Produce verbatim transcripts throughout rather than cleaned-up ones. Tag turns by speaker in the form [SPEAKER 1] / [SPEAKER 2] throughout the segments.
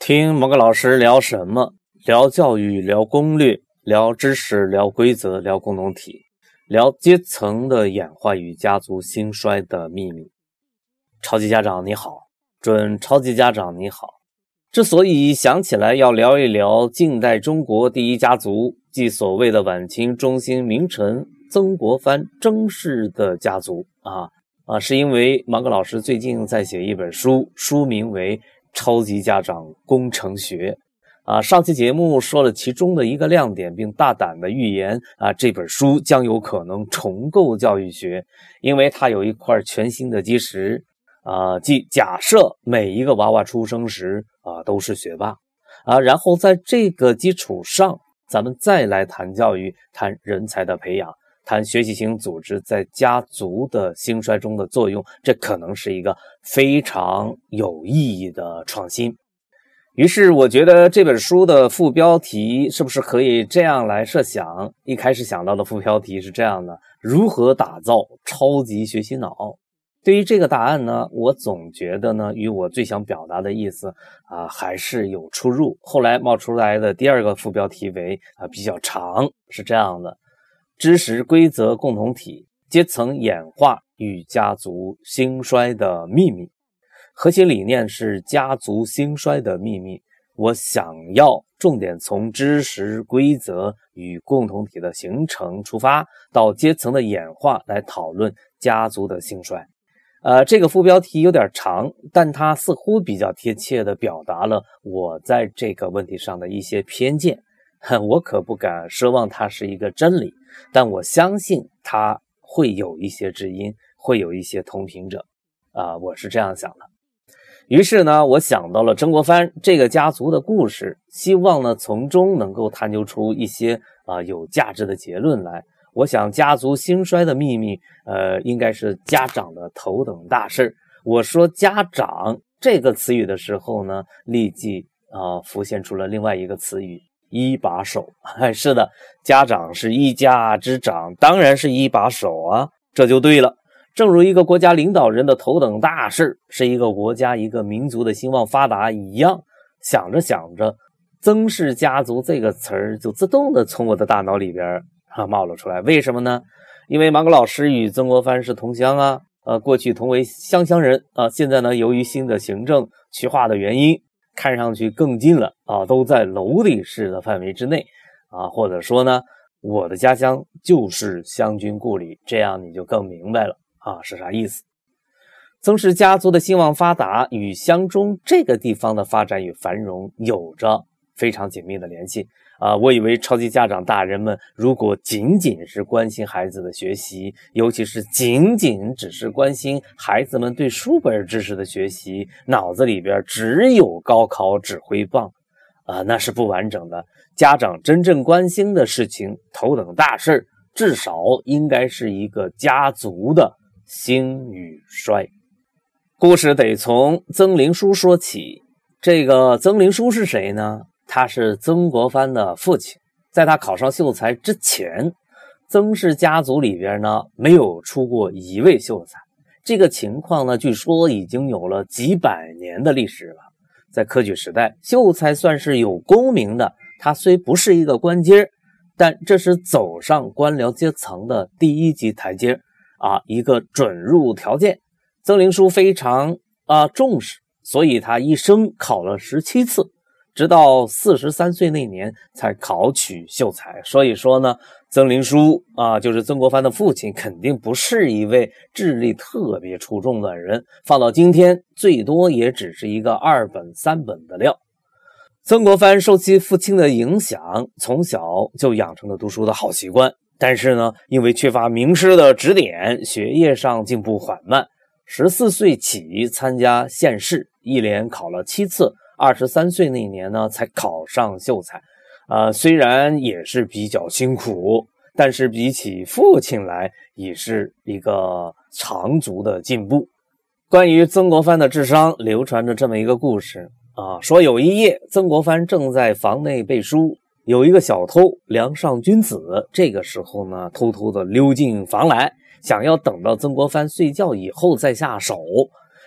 [SPEAKER 1] 听某个老师聊什么？聊教育，聊攻略，聊知识，聊规则，聊共同体，聊阶层的演化与家族兴衰的秘密。超级家长你好，准超级家长你好。之所以想起来要聊一聊近代中国第一家族，即所谓的晚清中兴名臣曾国藩曾氏的家族啊啊，是因为芒格老师最近在写一本书，书名为《超级家长工程学》啊。上期节目说了其中的一个亮点，并大胆的预言啊，这本书将有可能重构教育学，因为它有一块全新的基石啊，即假设每一个娃娃出生时啊都是学霸啊，然后在这个基础上，咱们再来谈教育，谈人才的培养，谈学习型组织在家族的兴衰中的作用，这可能是一个非常有意义的创新。于是我觉得这本书的副标题是不是可以这样来设想？一开始想到的副标题是这样的：如何打造超级学习脑？对于这个答案呢，我总觉得呢，与我最想表达的意思啊、呃、还是有出入。后来冒出来的第二个副标题为啊、呃、比较长，是这样的：知识规则共同体，阶层演化与家族兴衰的秘密。核心理念是家族兴衰的秘密。我想要重点从知识规则与共同体的形成出发，到阶层的演化来讨论家族的兴衰。呃，这个副标题有点长，但它似乎比较贴切地表达了我在这个问题上的一些偏见。我可不敢奢望它是一个真理，但我相信它会有一些知音，会有一些同频者。啊、呃，我是这样想的。于是呢，我想到了曾国藩这个家族的故事，希望呢从中能够探究出一些啊、呃、有价值的结论来。我想家族兴衰的秘密呃，应该是家长的头等大事。我说家长这个词语的时候呢，立即啊、呃、浮现出了另外一个词语，一把手。是的，家长是一家之长，当然是一把手啊，这就对了。正如一个国家领导人的头等大事是一个国家一个民族的兴旺发达一样，想着想着，曾氏家族这个词儿就自动的从我的大脑里边啊冒了出来。为什么呢？因为芒格老师与曾国藩是同乡啊，呃，过去同为湘乡人啊，现在呢，由于新的行政区划的原因，看上去更近了啊，都在娄底市的范围之内啊，或者说呢，我的家乡就是湘军故里，这样你就更明白了啊，是啥意思？曾氏家族的兴旺发达与湘中这个地方的发展与繁荣有着非常紧密的联系啊！我以为超级家长大人们如果仅仅是关心孩子的学习，尤其是仅仅只是关心孩子们对书本知识的学习，脑子里边只有高考指挥棒啊，那是不完整的。家长真正关心的事情，头等大事，至少应该是一个家族的兴与衰。故事得从曾灵书说起。这个曾灵书是谁呢？他是曾国藩的父亲。在他考上秀才之前，曾氏家族里边呢没有出过一位秀才。这个情况呢，据说已经有了几百年的历史了。在科举时代，秀才算是有功名的，他虽不是一个官阶，但这是走上官僚阶层的第一级台阶啊，一个准入条件。曾灵书非常啊重视，所以他一生考了十七次，直到四十三岁那年才考取秀才。所以说呢，曾灵书啊，就是曾国藩的父亲，肯定不是一位智力特别出众的人，放到今天最多也只是一个二本三本的料。曾国藩受其父亲的影响，从小就养成了读书的好习惯，但是呢，因为缺乏名师的指点，学业上进步缓慢。十四岁起参加县试，一连考了七次，二十三岁那年呢才考上秀才。呃，虽然也是比较辛苦，但是比起父亲来也是一个长足的进步。关于曾国藩的智商，流传着这么一个故事啊，说有一夜曾国藩正在房内背书，有一个小偷梁上君子，这个时候呢偷偷的溜进房来，想要等到曾国藩睡觉以后再下手。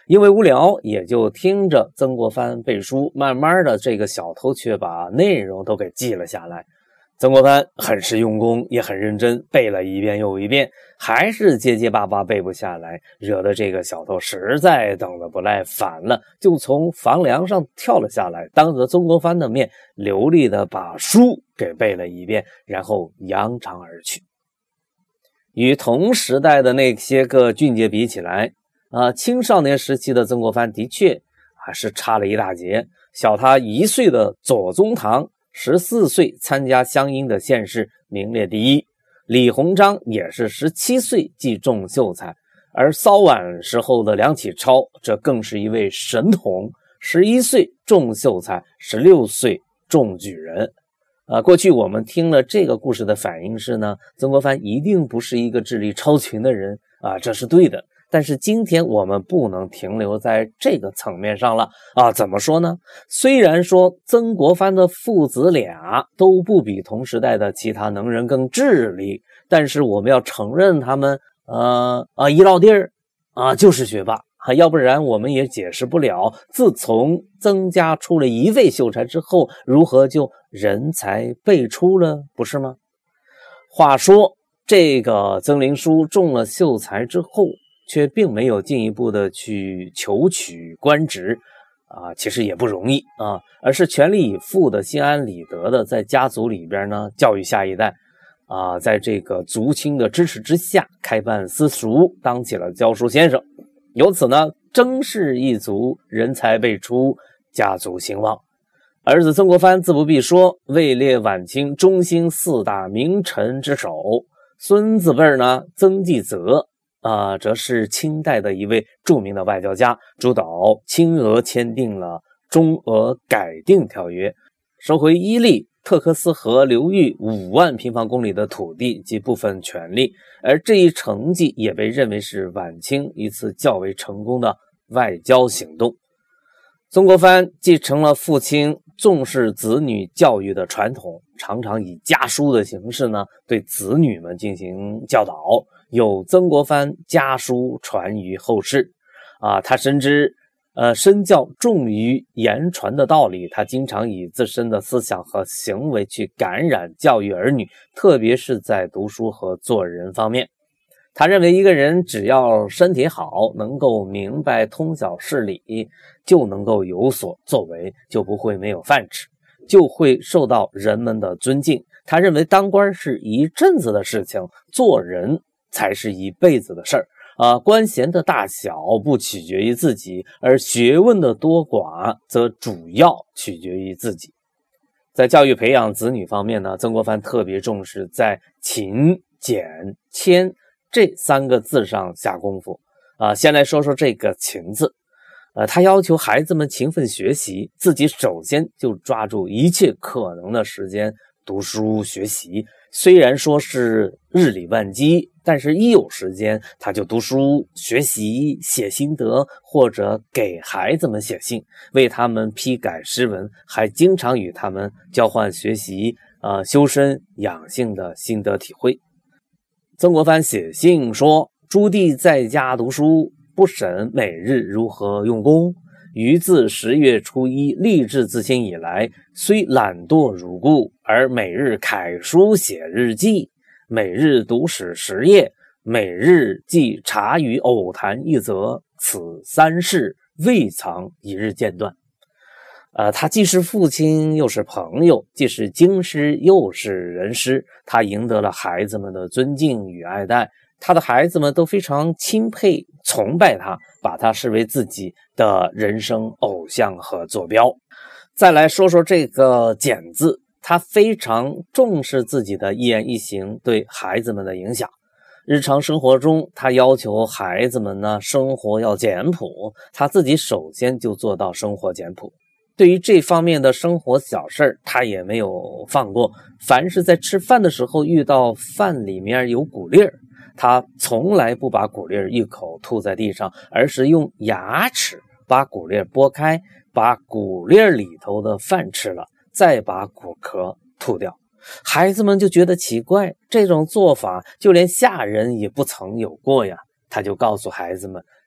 [SPEAKER 1] 因为无聊，也就听着曾国藩背书，慢慢的这个小偷却把内容都给记了下来。曾国藩很是用功，也很认真，背了一遍又一遍，还是结结巴巴背不下来，惹得这个小偷实在等得不耐烦了，就从房梁上跳了下来，当着曾国藩的面流利的把书给背了一遍，然后扬长而去。与同时代的那些个俊杰比起来，啊，青少年时期的曾国藩的确还是差了一大截。小他一岁的左宗棠十四岁参加湘阴的县试，名列第一。李鸿章也是十七岁即中秀才，而稍晚时候的梁启超，这更是一位神童，十一岁中秀才，十六岁中举人。啊，过去我们听了这个故事的反应是呢，曾国藩一定不是一个智力超群的人啊，这是对的。但是今天我们不能停留在这个层面上了啊！怎么说呢？虽然说曾国藩的父子俩都不比同时代的其他能人更智力，但是我们要承认他们呃啊一落地儿啊就是学霸啊，要不然我们也解释不了自从曾家出了一位秀才之后，如何就人才辈出了，不是吗？话说这个曾灵枢中了秀才之后，却并没有进一步的去求取官职啊，其实也不容易啊，而是全力以赴的心安理得的在家族里边呢教育下一代啊，在这个族亲的支持之下开办私塾，当起了教书先生，由此呢曾氏一族人才辈出，家族兴旺。儿子曾国藩自不必说，位列晚清中兴四大名臣之首。孙子辈呢，曾纪泽啊，则是清代的一位著名的外交家，主导清俄签订了中俄改定条约，收回伊利、特克斯河流域五万平方公里的土地及部分权利，而这一成绩也被认为是晚清一次较为成功的外交行动。曾国藩继承了父亲重视子女教育的传统，常常以家书的形式呢对子女们进行教导，有曾国藩家书传于后世啊，他深知呃身教重于言传的道理，他经常以自身的思想和行为去感染教育儿女，特别是在读书和做人方面。他认为一个人只要身体好，能够明白通晓事理，就能够有所作为，就不会没有饭吃，就会受到人们的尊敬。他认为当官是一阵子的事情，做人才是一辈子的事儿啊，官衔的大小不取决于自己，而学问的多寡则主要取决于自己。在教育培养子女方面呢，曾国藩特别重视在勤俭谦这三个字上下功夫啊。先来说说这个勤字，呃，他要求孩子们勤奋学习，自己首先就抓住一切可能的时间读书学习。虽然说是日理万机，但是一有时间他就读书学习，写心得，或者给孩子们写信，为他们批改诗文，还经常与他们交换学习呃修身养性的心得体会。曾国藩写信说，朱棣在家读书，不审每日如何用功，于自十月初一立志自新以来，虽懒惰如故，而每日楷书写日记，每日读史十页，每日记茶余偶谈一则，此三事未曾一日间断。呃，他既是父亲又是朋友，既是经师又是人师，他赢得了孩子们的尊敬与爱戴，他的孩子们都非常钦佩崇拜他，把他视为自己的人生偶像和坐标。再来说说这个俭字，他非常重视自己的一言一行对孩子们的影响。日常生活中，他要求孩子们呢生活要简朴，他自己首先就做到生活简朴。对于这方面的生活小事，他也没有放过。凡是在吃饭的时候遇到饭里面有谷粒儿，他从来不把谷粒儿一口吐在地上，而是用牙齿把谷粒儿剥开，把谷粒儿里头的饭吃了，再把谷壳吐掉。孩子们就觉得奇怪，这种做法就连下人也不曾有过呀。他就告诉孩子们，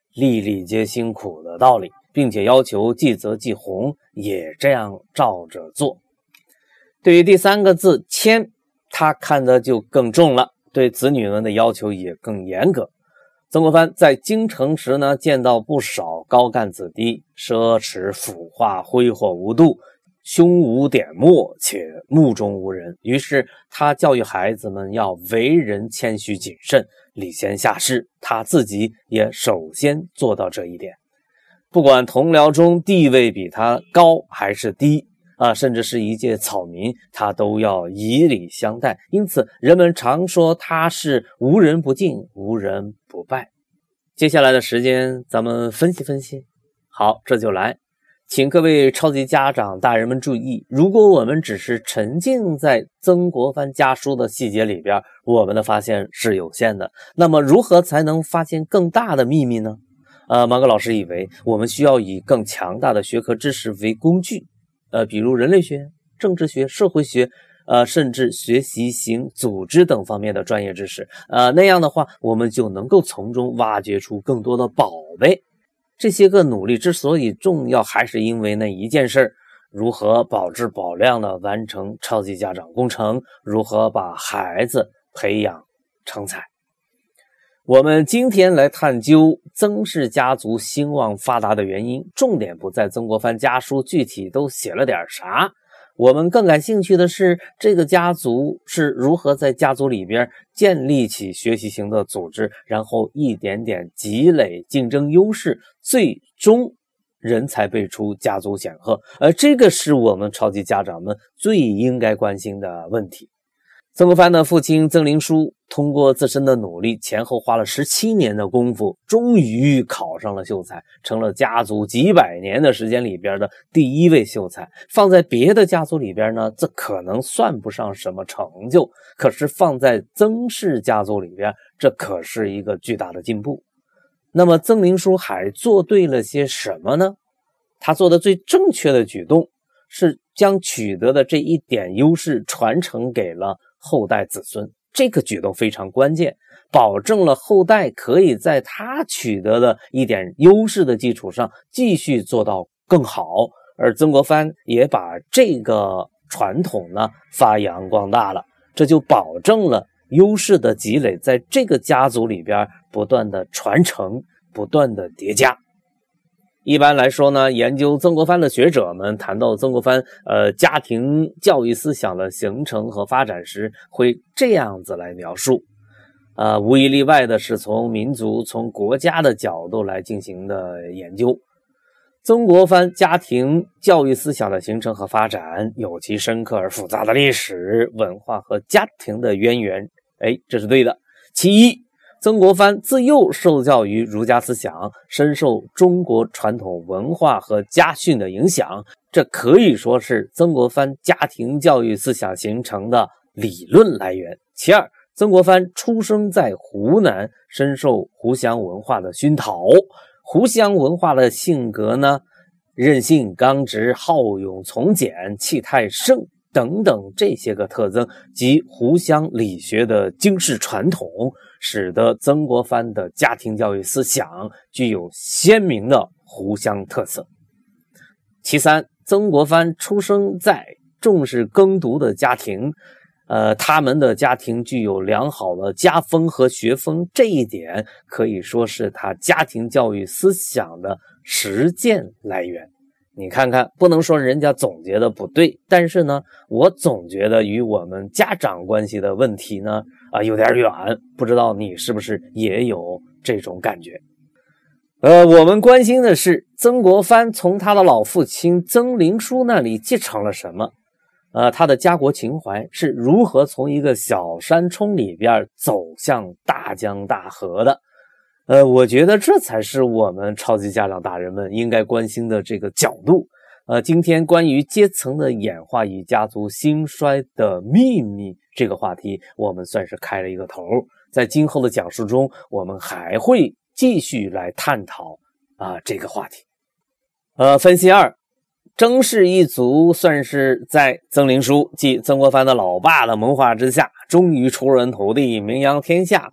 [SPEAKER 1] 粒粒皆辛苦的道理，并且要求记则记弘也这样照着做。对于第三个字谦，他看得就更重了，对子女们的要求也更严格。曾国藩在京城时呢，见到不少高干子弟奢侈腐化，挥霍无度，胸无点墨，且目中无人。于是他教育孩子们要为人谦虚谨慎，礼贤下士，他自己也首先做到这一点。不管同僚中地位比他高还是低啊，甚至是一介草民，他都要以礼相待。因此人们常说他是无人不敬，无人不拜。接下来的时间咱们分析分析。好，这就来。请各位超级家长大人们注意，如果我们只是沉浸在曾国藩家书的细节里边，我们的发现是有限的。那么如何才能发现更大的秘密呢？呃，芒格老师以为我们需要以更强大的学科知识为工具，呃，比如人类学、政治学、社会学，呃，甚至学习型组织等方面的专业知识。呃，那样的话，我们就能够从中挖掘出更多的宝贝。这些个努力之所以重要，还是因为那一件事：如何保质保量的完成超级家长工程，如何把孩子培养成才。我们今天来探究曾氏家族兴旺发达的原因，重点不在曾国藩家书具体都写了点啥，我们更感兴趣的是这个家族是如何在家族里边建立起学习型的组织，然后一点点积累竞争优势，最终人才辈出，家族显赫。而这个是我们超级家长们最应该关心的问题。曾国藩的父亲曾灵枢通过自身的努力，前后花了十七年的功夫，终于考上了秀才，成了家族几百年的时间里边的第一位秀才。放在别的家族里边呢，这可能算不上什么成就，可是放在曾氏家族里边，这可是一个巨大的进步。那么曾灵枢还做对了些什么呢？他做的最正确的举动是将取得的这一点优势传承给了后代子孙，这个举动非常关键，保证了后代可以在他取得的一点优势的基础上继续做到更好，而曾国藩也把这个传统呢发扬光大了，这就保证了优势的积累在这个家族里边不断的传承，不断的叠加。一般来说呢，研究曾国藩的学者们谈到曾国藩呃家庭教育思想的形成和发展时，会这样子来描述。呃，无一例外的是从民族、从国家的角度来进行的研究。曾国藩家庭教育思想的形成和发展有其深刻而复杂的历史、文化和家庭的渊源，哎，这是对的。其一，曾国藩自幼受教于儒家思想，深受中国传统文化和家训的影响，这可以说是曾国藩家庭教育思想形成的理论来源。其二，曾国藩出生在湖南，深受湖湘文化的熏陶。湖湘文化的性格呢，韧性刚直，好勇从简，气态盛等等这些个特征及湖湘理学的经世传统，使得曾国藩的家庭教育思想具有鲜明的湖湘特色。其三，曾国藩出生在重视耕读的家庭，呃，他们的家庭具有良好的家风和学风，这一点可以说是他家庭教育思想的实践来源。你看看，不能说人家总结的不对，但是呢，我总觉得与我们家长关系的问题呢，啊、呃，有点远，不知道你是不是也有这种感觉？呃，我们关心的是曾国藩从他的老父亲曾灵枢那里继承了什么？呃，他的家国情怀是如何从一个小山冲里边走向大江大河的？呃，我觉得这才是我们超级家长大人们应该关心的这个角度。呃，今天关于阶层的演化与家族兴衰的秘密这个话题，我们算是开了一个头。在今后的讲述中，我们还会继续来探讨啊、呃、这个话题。呃，分析二，曾氏一族算是在曾灵枢即曾国藩的老爸的谋划之下，终于出人头地，名扬天下。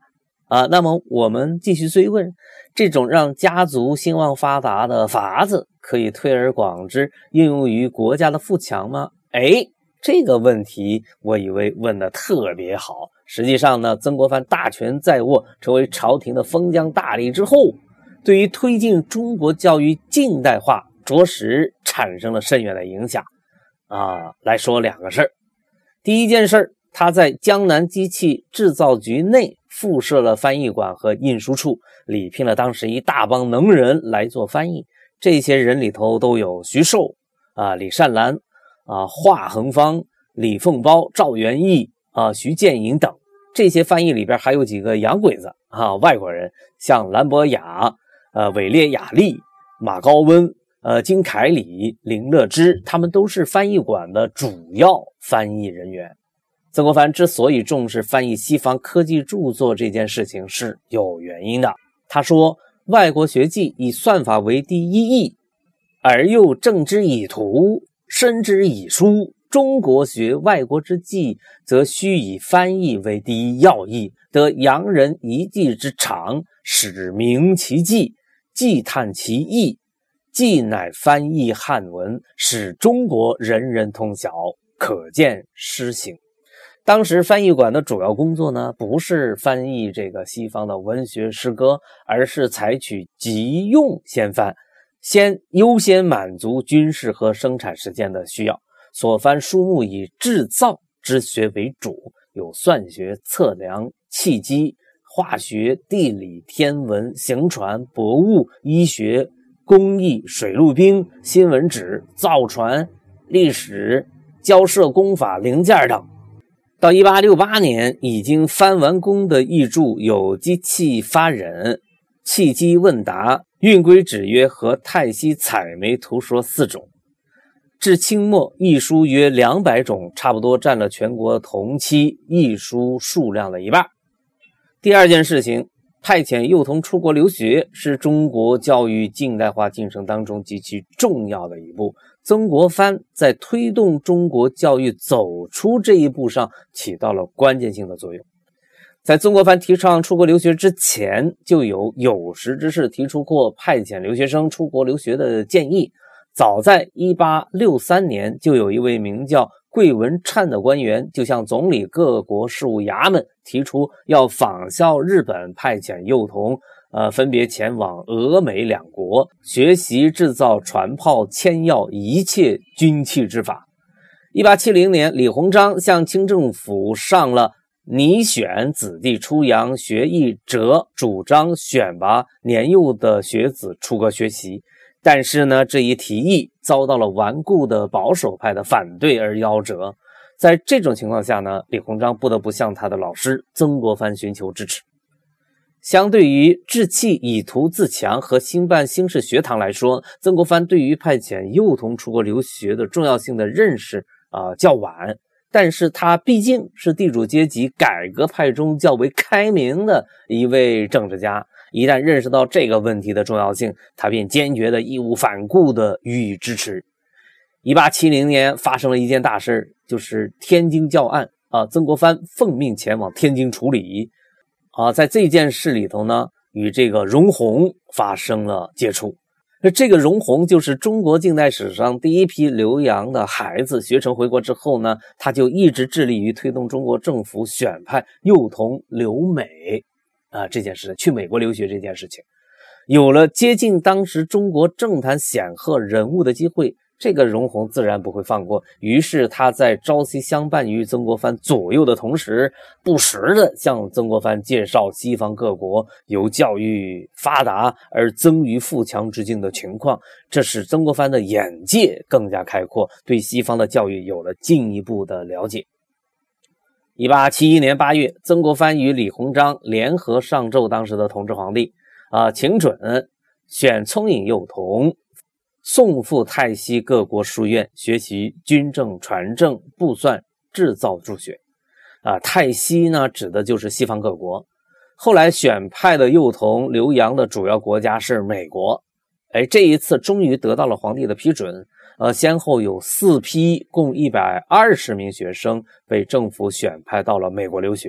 [SPEAKER 1] 啊，那么我们继续追问，这种让家族兴旺发达的法子可以推而广之，应用于国家的富强吗？哎，这个问题我以为问得特别好。实际上呢，曾国藩大权在握，成为朝廷的封疆大吏之后，对于推进中国教育近代化着实产生了深远的影响。啊，来说两个事儿。第一件事，他在江南机器制造局内附设了翻译馆和印书处，礼聘了当时一大帮能人来做翻译。这些人里头都有徐寿、啊、李善兰、啊、华恒芳、李凤苞、赵元义、啊、徐建营等。这些翻译里边还有几个洋鬼子啊，外国人，像兰博雅、呃、韦列雅利、马高温、呃、金凯里、林乐之，他们都是翻译馆的主要翻译人员。曾国藩之所以重视翻译西方科技著作这件事情是有原因的。他说，外国学记以算法为第一义，而又正之以图，深之以书。中国学外国之技，则须以翻译为第一要义，得洋人一技之长，使明其技，既探其意，既乃翻译汉文，使中国人人通晓，可见施行。当时翻译馆的主要工作呢，不是翻译这个西方的文学诗歌，而是采取急用先翻，先优先满足军事和生产实践的需要。所翻书目以制造之学为主，有算学、测量、契机、化学、地理、天文、行船、博物、医学、工艺、水陆兵、新闻纸、造船、历史、交涉工法零件等。到一八六八年，已经翻完工的译著有机器发忍、契机问答、运规指约和泰西彩梅图说四种。至清末，译书约两百种，差不多占了全国同期译书数量的一半。第二件事情，派遣幼童出国留学是中国教育近代化进程当中极其重要的一步。曾国藩在推动中国教育走出这一步上起到了关键性的作用。在曾国藩提倡出国留学之前，就有有识之士提出过派遣留学生出国留学的建议。早在一八六三年，就有一位名叫桂文灿的官员就向总理各国事务衙门提出要仿效日本派遣幼童呃，分别前往俄美两国学习制造船炮铅药一切军器之法。一八七零年，李鸿章向清政府上了拟选子弟出洋学艺者，主张选拔年幼的学子出国学习。但是呢，这一提议遭到了顽固的保守派的反对而夭折。在这种情况下呢，李鸿章不得不向他的老师曾国藩寻求支持。相对于志气以图自强和兴办新式学堂来说，曾国藩对于派遣幼童出国留学的重要性的认识啊、呃、较晚，但是他毕竟是地主阶级改革派中较为开明的一位政治家。一旦认识到这个问题的重要性，他便坚决的义无反顾的予以支持。一八七零年发生了一件大事，就是天津教案啊，曾国藩奉命前往天津处理啊，在这件事里头呢，与这个荣闳发生了接触。这个荣闳就是中国近代史上第一批留洋的孩子，学成回国之后呢，他就一直致力于推动中国政府选派幼童留美啊，这件事去美国留学这件事情，有了接近当时中国政坛显赫人物的机会，这个荣闳自然不会放过。于是他在朝夕相伴于曾国藩左右的同时，不时的向曾国藩介绍西方各国由教育发达而增于富强之境的情况，这使曾国藩的眼界更加开阔，对西方的教育有了进一步的了解。一八七一年八月，曾国藩与李鸿章联合上奏当时的同治皇帝啊，请准选聪颖幼童送赴泰西各国书院学习军政、船政、布算、制造诸学啊。泰西呢，指的就是西方各国。后来选派的幼童留洋的主要国家是美国。哎，这一次终于得到了皇帝的批准。呃，先后有四批共一百二十名学生被政府选派到了美国留学，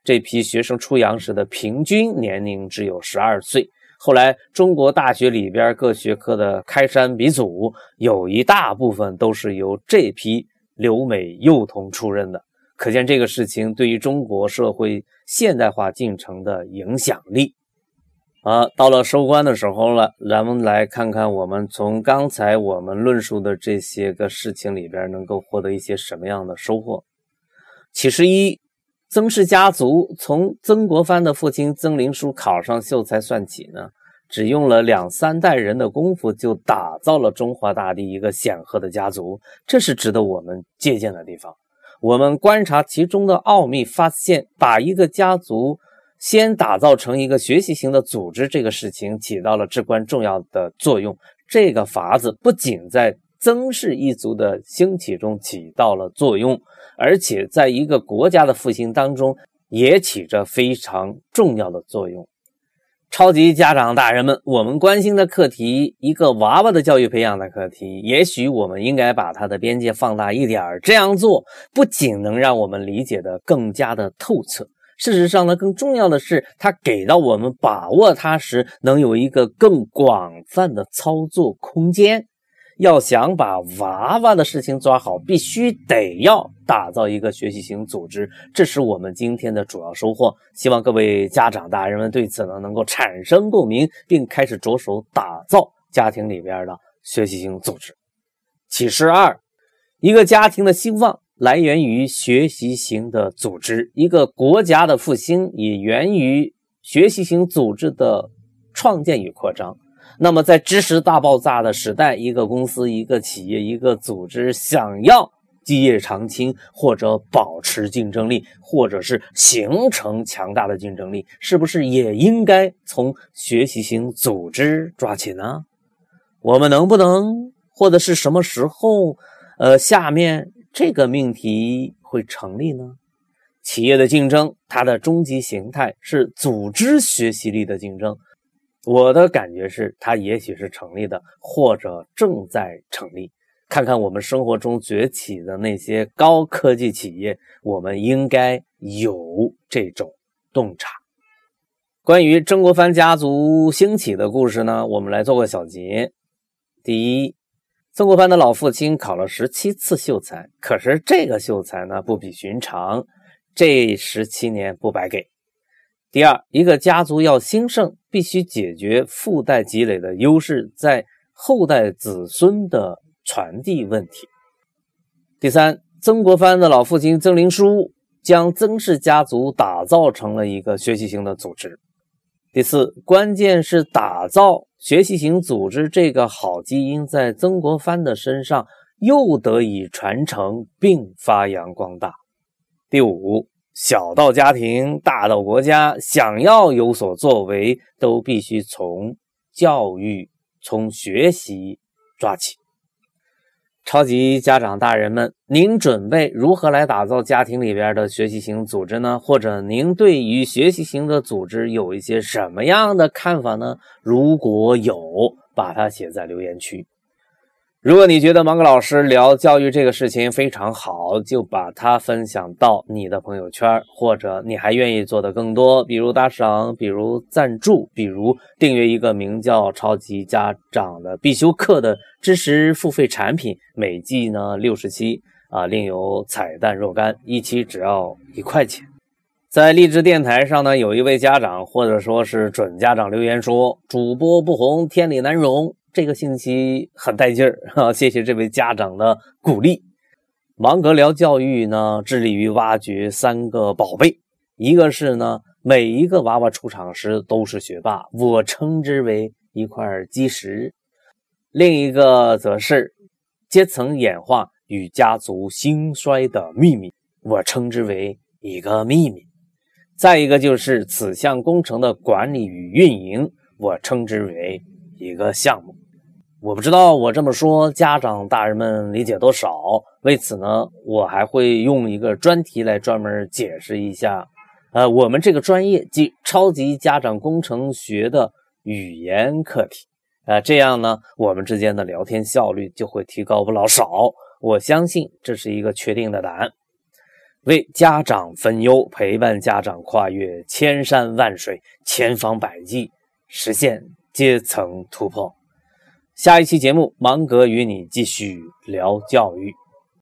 [SPEAKER 1] 这批学生出洋时的平均年龄只有十二岁。后来中国大学里边各学科的开山鼻祖，有一大部分都是由这批留美幼童出任的，可见这个事情对于中国社会现代化进程的影响力。啊，到了收官的时候了，咱们来看看我们从刚才我们论述的这些个事情里边能够获得一些什么样的收获。启示一，曾氏家族从曾国藩的父亲曾灵书考上秀才算起呢，只用了两三代人的功夫就打造了中华大地一个显赫的家族，这是值得我们借鉴的地方。我们观察其中的奥秘，发现把一个家族先打造成一个学习型的组织，这个事情起到了至关重要的作用。这个法子不仅在曾氏一族的兴起中起到了作用，而且在一个国家的复兴当中也起着非常重要的作用。超级家长大人们，我们关心的课题，一个娃娃的教育培养的课题，也许我们应该把它的边界放大一点，这样做不仅能让我们理解的更加的透彻，事实上呢，更重要的是它给到我们把握它时能有一个更广泛的操作空间。要想把娃娃的事情抓好，必须得要打造一个学习型组织，这是我们今天的主要收获。希望各位家长大人们对此呢能够产生共鸣，并开始着手打造家庭里边的学习型组织。启示二，一个家庭的兴旺来源于学习型的组织，一个国家的复兴也源于学习型组织的创建与扩张。那么在知识大爆炸的时代，一个公司、一个企业、一个组织想要基业长青，或者保持竞争力，或者是形成强大的竞争力，是不是也应该从学习型组织抓起呢？我们能不能，或者是什么时候呃，下面这个命题会成立呢？企业的竞争，它的终极形态是组织学习力的竞争。我的感觉是它也许是成立的，或者正在成立。看看我们生活中崛起的那些高科技企业，我们应该有这种洞察。关于曾国藩家族兴起的故事呢，我们来做个小结。第一，曾国藩的老父亲考了十七次秀才，可是这个秀才呢不比寻常，这十七年不白给。第二，一个家族要兴盛，必须解决父代积累的优势在后代子孙的传递问题。第三，曾国藩的老父亲曾灵书将曾氏家族打造成了一个学习型的组织。第四，关键是打造学习型组织这个好基因在曾国藩的身上又得以传承并发扬光大。第五，小到家庭，大到国家，想要有所作为，都必须从教育、从学习抓起。超级家长大人们，您准备如何来打造家庭里边的学习型组织呢？或者您对于学习型的组织有一些什么样的看法呢？如果有，把它写在留言区。如果你觉得芒格老师聊教育这个事情非常好，就把它分享到你的朋友圈，或者你还愿意做的更多，比如打赏，比如赞助，比如订阅一个名叫超级家长的必修课的知识付费产品，每季呢六十期啊，另有彩蛋若干，一期只要一块钱。在励志电台上呢，有一位家长或者说是准家长留言说，主播不红天理难容，这个信息很带劲儿啊！谢谢这位家长的鼓励。芒格聊教育呢，致力于挖掘三个宝贝，一个是呢，每一个娃娃出场时都是学霸，我称之为一块基石；另一个则是阶层演化与家族兴衰的秘密，我称之为一个秘密；再一个就是此项工程的管理与运营，我称之为一个项目。我不知道我这么说家长大人们理解多少，为此呢，我还会用一个专题来专门解释一下呃，我们这个专业即超级家长工程学的语言课题。呃，这样呢，我们之间的聊天效率就会提高不老少，我相信这是一个确定的答案。 为家长分忧，陪伴家长跨越千山万水、千方百计，实现阶层突破。下一期节目，芒格与你继续聊教育。